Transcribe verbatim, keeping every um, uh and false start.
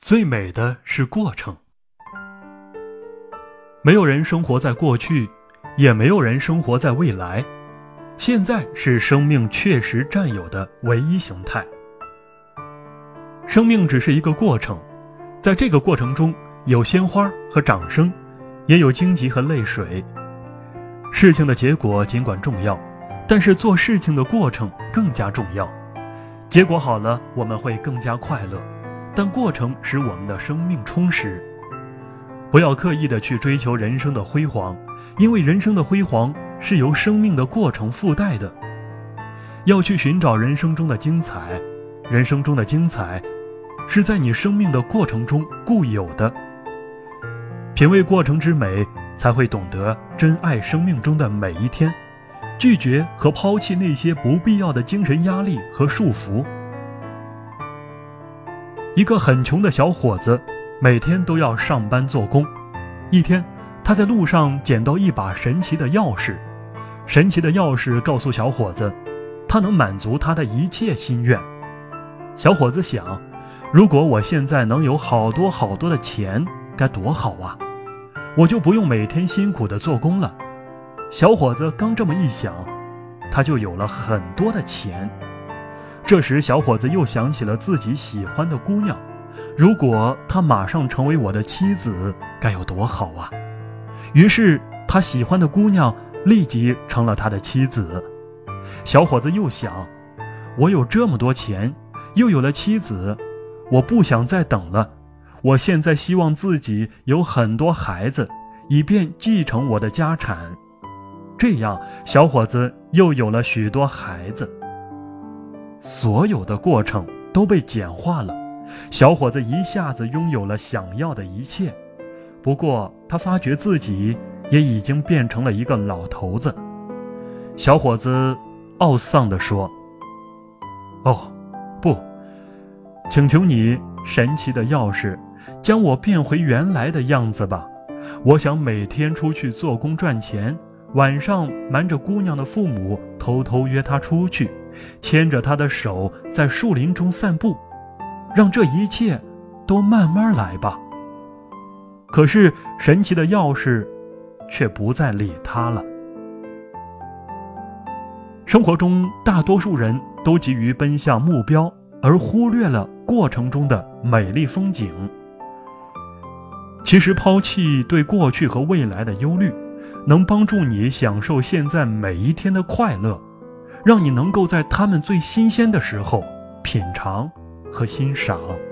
最美的是过程。没有人生活在过去，也没有人生活在未来，现在是生命确实占有的唯一形态。生命只是一个过程，在这个过程中有鲜花和掌声，也有荆棘和泪水。事情的结果尽管重要，但是做事情的过程更加重要。结果好了，我们会更加快乐，但过程使我们的生命充实。不要刻意地去追求人生的辉煌，因为人生的辉煌是由生命的过程附带的。要去寻找人生中的精彩，人生中的精彩是在你生命的过程中固有的。品味过程之美，才会懂得珍爱生命中的每一天，拒绝和抛弃那些不必要的精神压力和束缚。一个很穷的小伙子每天都要上班做工。一天，他在路上捡到一把神奇的钥匙，神奇的钥匙告诉小伙子，它能满足他的一切心愿。小伙子想，如果我现在能有好多好多的钱，该多好啊，我就不用每天辛苦地做工了。小伙子刚这么一想，他就有了很多的钱。这时小伙子又想起了自己喜欢的姑娘，如果她马上成为我的妻子，该有多好啊。于是他喜欢的姑娘立即成了他的妻子。小伙子又想，我有这么多钱，又有了妻子，我不想再等了，我现在希望自己有很多孩子，以便继承我的家产。这样小伙子又有了许多孩子。所有的过程都被简化了，小伙子一下子拥有了想要的一切。不过他发觉自己也已经变成了一个老头子。小伙子懊丧地说，哦，不，请求你神奇的钥匙，将我变回原来的样子吧。我想每天出去做工赚钱，晚上瞒着姑娘的父母偷偷约她出去，牵着她的手在树林中散步，让这一切都慢慢来吧。可是神奇的钥匙却不再理他了。生活中大多数人都急于奔向目标，而忽略了过程中的美丽风景。其实抛弃对过去和未来的忧虑，能帮助你享受现在每一天的快乐，让你能够在它们最新鲜的时候品尝和欣赏。